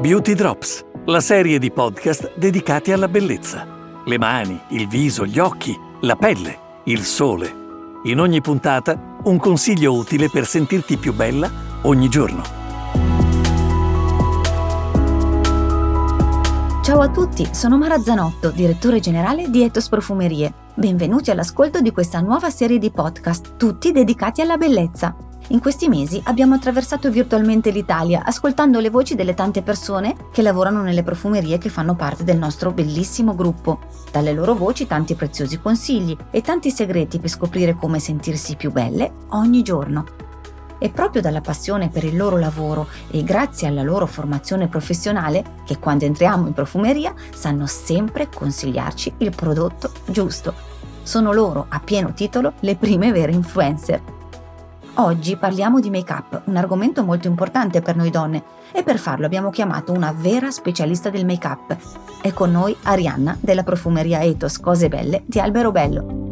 Beauty Drops, la serie di podcast dedicati alla bellezza. Le mani, il viso, gli occhi, la pelle, il sole. In ogni puntata un consiglio utile per sentirti più bella ogni giorno. Ciao a tutti, sono Mara Zanotto, direttore generale di Ethos Profumerie. Benvenuti all'ascolto di questa nuova serie di podcast, tutti dedicati alla bellezza. In questi mesi abbiamo attraversato virtualmente l'Italia, ascoltando le voci delle tante persone che lavorano nelle profumerie che fanno parte del nostro bellissimo gruppo. Dalle loro voci tanti preziosi consigli e tanti segreti per scoprire come sentirsi più belle ogni giorno. È proprio dalla passione per il loro lavoro e grazie alla loro formazione professionale che quando entriamo in profumeria sanno sempre consigliarci il prodotto giusto. Sono loro, a pieno titolo, le prime vere influencer. Oggi parliamo di make-up, un argomento molto importante per noi donne, e per farlo abbiamo chiamato una vera specialista del make-up. È con noi Arianna della profumeria Ethos Cose Belle di Alberobello.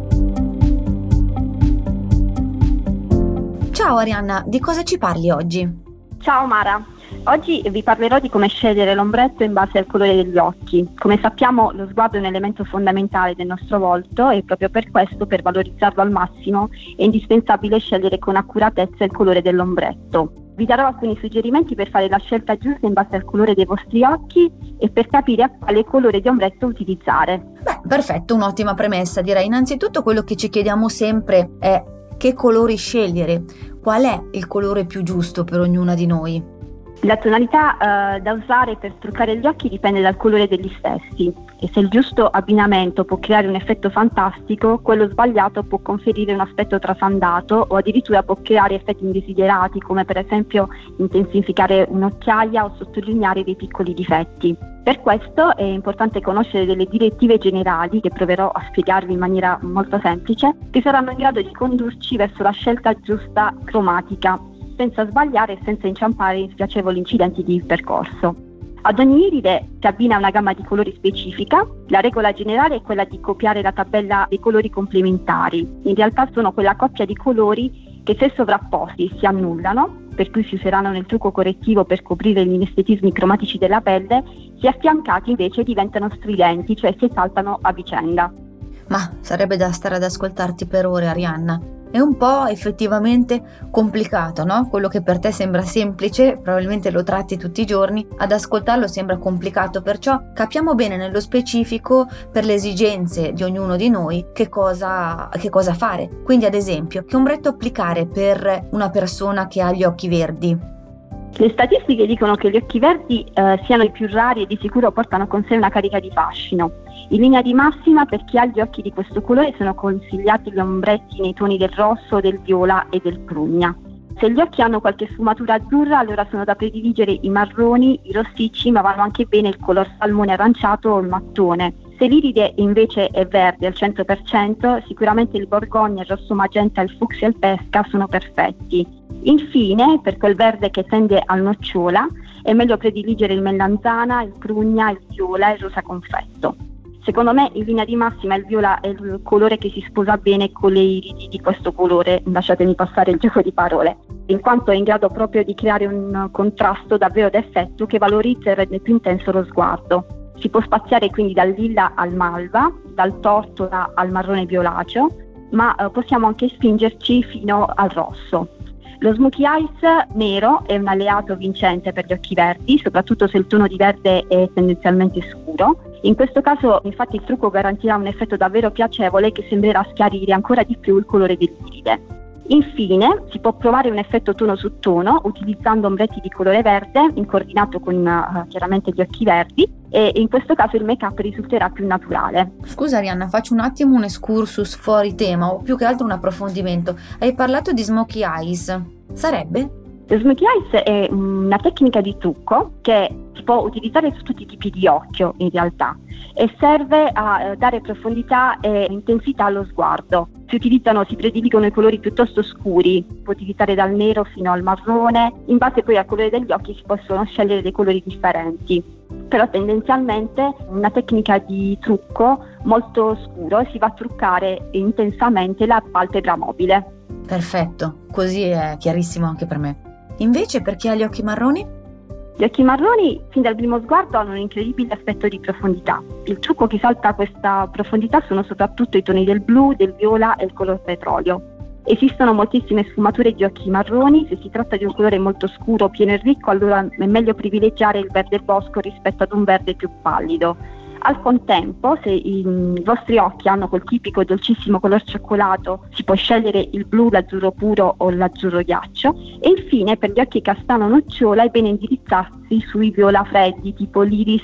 Ciao Arianna, di cosa ci parli oggi? Ciao Mara, oggi vi parlerò di come scegliere l'ombretto in base al colore degli occhi. Come sappiamo, lo sguardo è un elemento fondamentale del nostro volto e proprio per questo, per valorizzarlo al massimo, è indispensabile scegliere con accuratezza il colore dell'ombretto. Vi darò alcuni suggerimenti per fare la scelta giusta in base al colore dei vostri occhi e per capire a quale colore di ombretto utilizzare. Perfetto, un'ottima premessa. Direi innanzitutto quello che ci chiediamo sempre è che colori scegliere. Qual è il colore più giusto per ognuna di noi? La tonalità da usare per truccare gli occhi dipende dal colore degli stessi e se il giusto abbinamento può creare un effetto fantastico, quello sbagliato può conferire un aspetto trasandato o addirittura può creare effetti indesiderati, come per esempio intensificare un'occhiaia o sottolineare dei piccoli difetti. Per questo è importante conoscere delle direttive generali, che proverò a spiegarvi in maniera molto semplice, che saranno in grado di condurci verso la scelta giusta cromatica, senza sbagliare e senza inciampare in spiacevoli incidenti di percorso. Ad ogni iride si abbina una gamma di colori specifica. La regola generale è quella di copiare la tabella dei colori complementari. In realtà sono quella coppia di colori che, se sovrapposti, si annullano, per cui si useranno nel trucco correttivo per coprire gli inestetismi cromatici della pelle, se affiancati invece diventano stridenti, cioè si esaltano a vicenda. Ma sarebbe da stare ad ascoltarti per ore, Arianna. È un po' effettivamente complicato, no? Quello che per te sembra semplice, probabilmente lo tratti tutti i giorni, ad ascoltarlo sembra complicato, perciò capiamo bene nello specifico, per le esigenze di ognuno di noi, che cosa fare. Quindi, ad esempio, che ombretto applicare per una persona che ha gli occhi verdi? Le statistiche dicono che gli occhi verdi siano i più rari e di sicuro portano con sé una carica di fascino. In linea di massima, per chi ha gli occhi di questo colore sono consigliati gli ombretti nei toni del rosso, del viola e del prugna. Se gli occhi hanno qualche sfumatura azzurra, allora sono da prediligere i marroni, i rossicci, ma vanno anche bene il color salmone aranciato o il mattone. Se l'iride invece è verde al 100%, sicuramente il borgogna, il rosso magenta, il fucsia e il pesca sono perfetti. Infine, per quel verde che tende al nocciola, è meglio prediligere il melanzana, il prugna, il viola e il rosa confetto. Secondo me, in linea di massima, il viola è il colore che si sposa bene con le iridi di questo colore, lasciatemi passare il gioco di parole, in quanto è in grado proprio di creare un contrasto davvero d'effetto che valorizza e rende più intenso lo sguardo. Si può spaziare quindi dal lilla al malva, dal tortora al marrone violaceo, ma possiamo anche spingerci fino al rosso. Lo smokey eyes nero è un alleato vincente per gli occhi verdi, soprattutto se il tono di verde è tendenzialmente scuro. In questo caso, infatti, il trucco garantirà un effetto davvero piacevole che sembrerà schiarire ancora di più il colore dell'iride. Infine, si può provare un effetto tono su tono utilizzando ombretti di colore verde in coordinato con chiaramente gli occhi verdi, e in questo caso il make-up risulterà più naturale. Scusa Arianna, faccio un attimo un excursus fuori tema o più che altro un approfondimento. Hai parlato di smokey eyes. Sarebbe? Lo smokey eyes è una tecnica di trucco che si può utilizzare su tutti i tipi di occhio in realtà e serve a dare profondità e intensità allo sguardo. Si prediligono i colori piuttosto scuri, si può utilizzare dal nero fino al marrone, in base poi al colore degli occhi si possono scegliere dei colori differenti. Però tendenzialmente una tecnica di trucco molto scuro, si va a truccare intensamente la palpebra mobile. Perfetto, così è chiarissimo anche per me. Invece per chi ha gli occhi marroni? Gli occhi marroni, fin dal primo sguardo, hanno un incredibile aspetto di profondità. Il trucco che esalta questa profondità sono soprattutto i toni del blu, del viola e il color petrolio. Esistono moltissime sfumature di occhi marroni. Se si tratta di un colore molto scuro, pieno e ricco, allora è meglio privilegiare il verde bosco rispetto ad un verde più pallido. Al contempo, se i vostri occhi hanno quel tipico dolcissimo color cioccolato, si può scegliere il blu, l'azzurro puro o l'azzurro ghiaccio. E infine, per gli occhi castano nocciola è bene indirizzarsi sui viola freddi tipo l'iris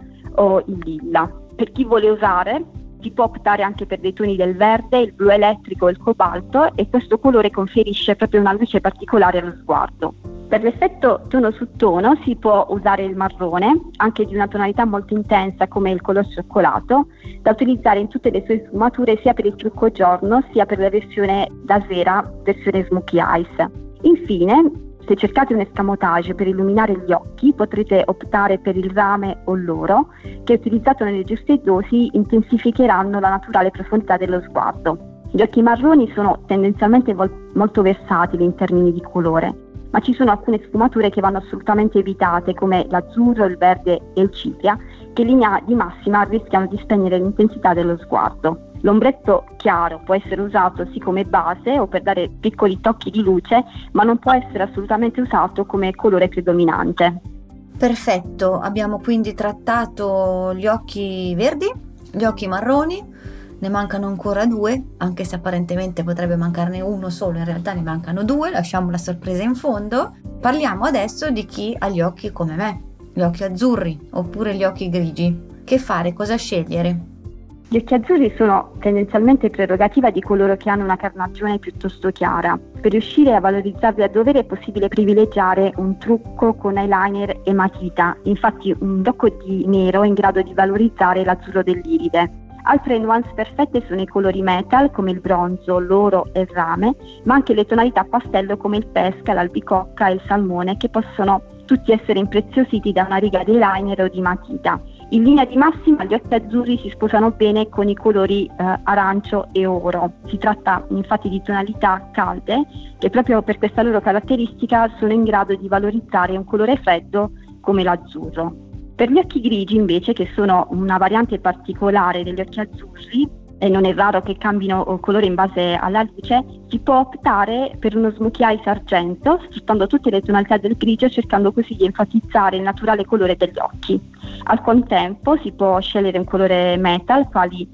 o il lilla. Per chi vuole usare, si può optare anche per dei toni del verde, il blu elettrico e il cobalto, e questo colore conferisce proprio una luce particolare allo sguardo. Per l'effetto tono su tono si può usare il marrone, anche di una tonalità molto intensa come il color cioccolato, da utilizzare in tutte le sue sfumature sia per il trucco giorno sia per la versione da sera, versione smokey eyes. Infine, se cercate un escamotage per illuminare gli occhi, potrete optare per il rame o l'oro, che utilizzato nelle giuste dosi intensificheranno la naturale profondità dello sguardo. Gli occhi marroni sono tendenzialmente molto versatili in termini di colore, ma ci sono alcune sfumature che vanno assolutamente evitate, come l'azzurro, il verde e il cipria, che in linea di massima rischiano di spegnere l'intensità dello sguardo. L'ombretto chiaro può essere usato sì come base o per dare piccoli tocchi di luce, ma non può essere assolutamente usato come colore predominante. Perfetto, abbiamo quindi trattato gli occhi verdi, gli occhi marroni. Ne mancano ancora 2, anche se apparentemente potrebbe mancarne uno solo, in realtà ne mancano 2, lasciamo la sorpresa in fondo. Parliamo adesso di chi ha gli occhi come me, gli occhi azzurri oppure gli occhi grigi. Che fare, cosa scegliere? Gli occhi azzurri sono tendenzialmente prerogativa di coloro che hanno una carnagione piuttosto chiara. Per riuscire a valorizzarli a dovere è possibile privilegiare un trucco con eyeliner e matita, infatti un tocco di nero è in grado di valorizzare l'azzurro dell'iride. Altre nuance perfette sono i colori metal come il bronzo, l'oro e il rame, ma anche le tonalità pastello come il pesca, l'albicocca e il salmone, che possono tutti essere impreziositi da una riga di eyeliner o di matita. In linea di massima gli occhi azzurri si sposano bene con i colori arancio e oro. Si tratta infatti di tonalità calde che proprio per questa loro caratteristica sono in grado di valorizzare un colore freddo come l'azzurro. Per gli occhi grigi invece, che sono una variante particolare degli occhi azzurri, e non è raro che cambino colore in base alla luce, si può optare per uno smokey eyes argento, sfruttando tutte le tonalità del grigio, cercando così di enfatizzare il naturale colore degli occhi. Al contempo si può scegliere un colore metal, quali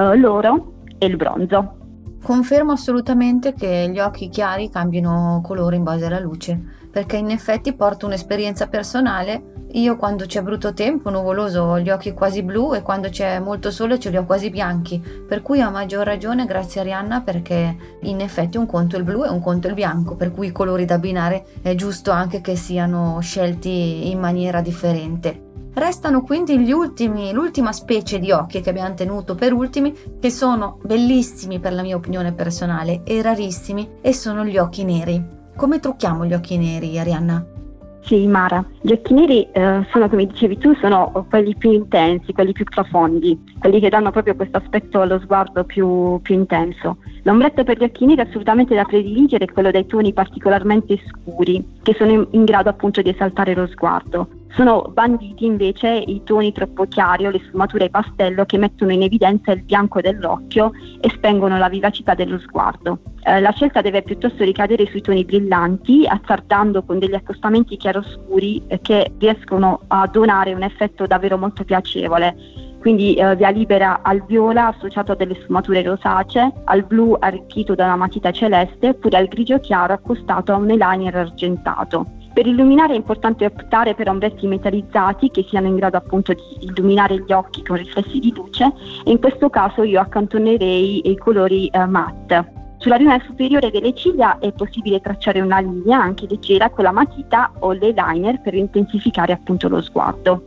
l'oro e il bronzo. Confermo assolutamente che gli occhi chiari cambino colore in base alla luce, perché in effetti porto un'esperienza personale. Io quando c'è brutto tempo, nuvoloso, ho gli occhi quasi blu, e quando c'è molto sole ce li ho quasi bianchi, per cui a maggior ragione grazie Arianna, perché in effetti un conto è il blu e un conto è il bianco, per cui i colori da abbinare è giusto anche che siano scelti in maniera differente. Restano quindi l'ultima specie di occhi che abbiamo tenuto per ultimi, che sono bellissimi per la mia opinione personale e rarissimi, e sono gli occhi neri. Come trucchiamo gli occhi neri, Arianna? Sì, Mara, gli occhi neri sono, come dicevi tu, sono quelli più intensi, quelli più profondi, quelli che danno proprio questo aspetto allo sguardo più intenso. L'ombretto per gli occhi neri assolutamente da prediligere è quello dai toni particolarmente scuri, che sono in grado appunto di esaltare lo sguardo. Sono banditi invece i toni troppo chiari o le sfumature pastello che mettono in evidenza il bianco dell'occhio e spengono la vivacità dello sguardo. La scelta deve piuttosto ricadere sui toni brillanti, azzardando con degli accostamenti chiaroscuri che riescono a donare un effetto davvero molto piacevole. Quindi via libera al viola associato a delle sfumature rosacee, al blu arricchito da una matita celeste, oppure al grigio chiaro accostato a un eyeliner argentato. Per illuminare è importante optare per ombretti metallizzati che siano in grado appunto di illuminare gli occhi con riflessi di luce, e in questo caso io accantonerei i colori matte. Sulla riunione superiore delle ciglia è possibile tracciare una linea anche leggera con la matita o l'eyeliner per intensificare appunto lo sguardo.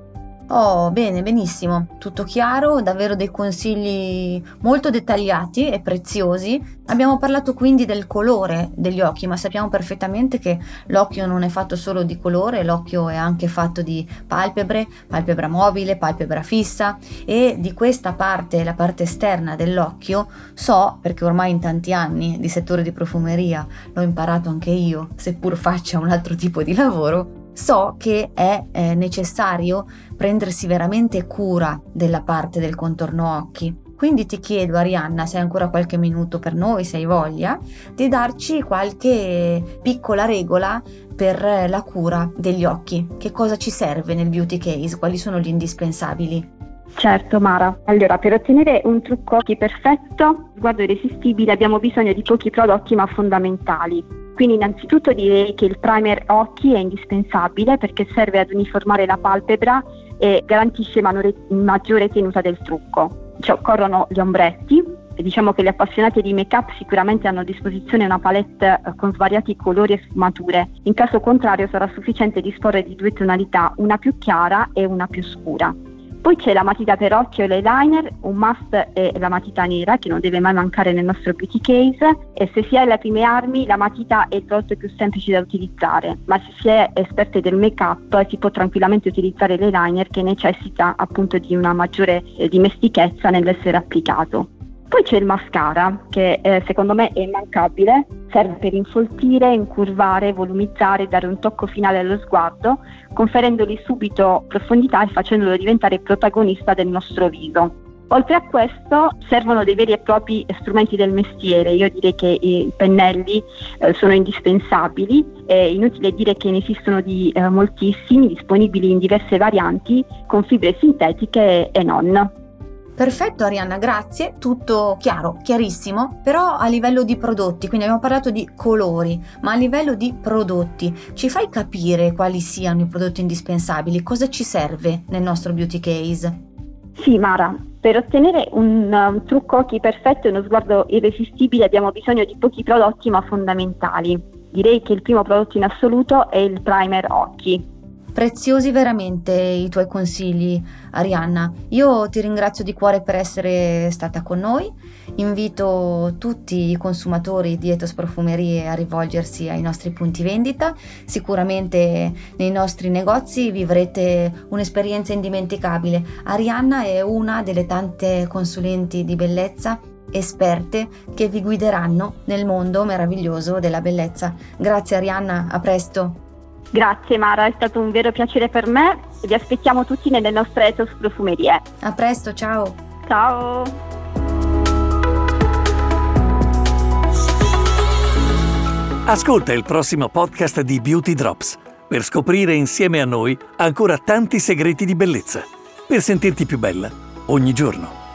Oh, bene, benissimo, tutto chiaro, davvero dei consigli molto dettagliati e preziosi. Abbiamo parlato quindi del colore degli occhi, ma sappiamo perfettamente che l'occhio non è fatto solo di colore, l'occhio è anche fatto di palpebre, palpebra mobile, palpebra fissa, e di questa parte, la parte esterna dell'occhio, so, perché ormai in tanti anni di settore di profumeria l'ho imparato anche io, seppur faccia un altro tipo di lavoro, So che è necessario prendersi veramente cura della parte del contorno occhi. Quindi ti chiedo, Arianna, se hai ancora qualche minuto per noi, se hai voglia, di darci qualche piccola regola per la cura degli occhi. Che cosa ci serve nel beauty case? Quali sono gli indispensabili? Certo Mara, allora per ottenere un trucco occhi perfetto, sguardo irresistibile, abbiamo bisogno di pochi prodotti ma fondamentali. Quindi innanzitutto direi che il primer occhi è indispensabile perché serve ad uniformare la palpebra e garantisce maggiore tenuta del trucco. Ci occorrono gli ombretti, e diciamo che gli appassionati di make-up sicuramente hanno a disposizione una palette con svariati colori e sfumature. In caso contrario sarà sufficiente disporre di 2 tonalità, una più chiara e una più scura. Poi c'è la matita per occhio e l'eyeliner, un must è la matita nera che non deve mai mancare nel nostro beauty case, e se si è alle prime armi la matita è il prodotto più semplice da utilizzare, ma se si è esperti del make-up si può tranquillamente utilizzare l'eyeliner che necessita appunto di una maggiore dimestichezza nell'essere applicato. Poi c'è il mascara che secondo me è immancabile, serve per infoltire, incurvare, volumizzare, dare un tocco finale allo sguardo, conferendogli subito profondità e facendolo diventare protagonista del nostro viso. Oltre a questo servono dei veri e propri strumenti del mestiere. Io direi che i pennelli sono indispensabili, è inutile dire che ne esistono di moltissimi, disponibili in diverse varianti con fibre sintetiche e non. Perfetto Arianna, grazie, tutto chiaro, chiarissimo, però a livello di prodotti, quindi abbiamo parlato di colori, ma a livello di prodotti, ci fai capire quali siano i prodotti indispensabili, cosa ci serve nel nostro beauty case? Sì Mara, per ottenere un trucco occhi perfetto e uno sguardo irresistibile abbiamo bisogno di pochi prodotti ma fondamentali. Direi che il primo prodotto in assoluto è il primer occhi. Preziosi veramente i tuoi consigli, Arianna. Io ti ringrazio di cuore per essere stata con noi. Invito tutti i consumatori di Ethos Profumerie a rivolgersi ai nostri punti vendita. Sicuramente nei nostri negozi vivrete un'esperienza indimenticabile. Arianna è una delle tante consulenti di bellezza esperte che vi guideranno nel mondo meraviglioso della bellezza. Grazie Arianna, a presto. Grazie Mara, è stato un vero piacere per me e vi aspettiamo tutti nelle nostre Ethos Profumerie. A presto, ciao! Ciao! Ascolta il prossimo podcast di Beauty Drops per scoprire insieme a noi ancora tanti segreti di bellezza, per sentirti più bella ogni giorno.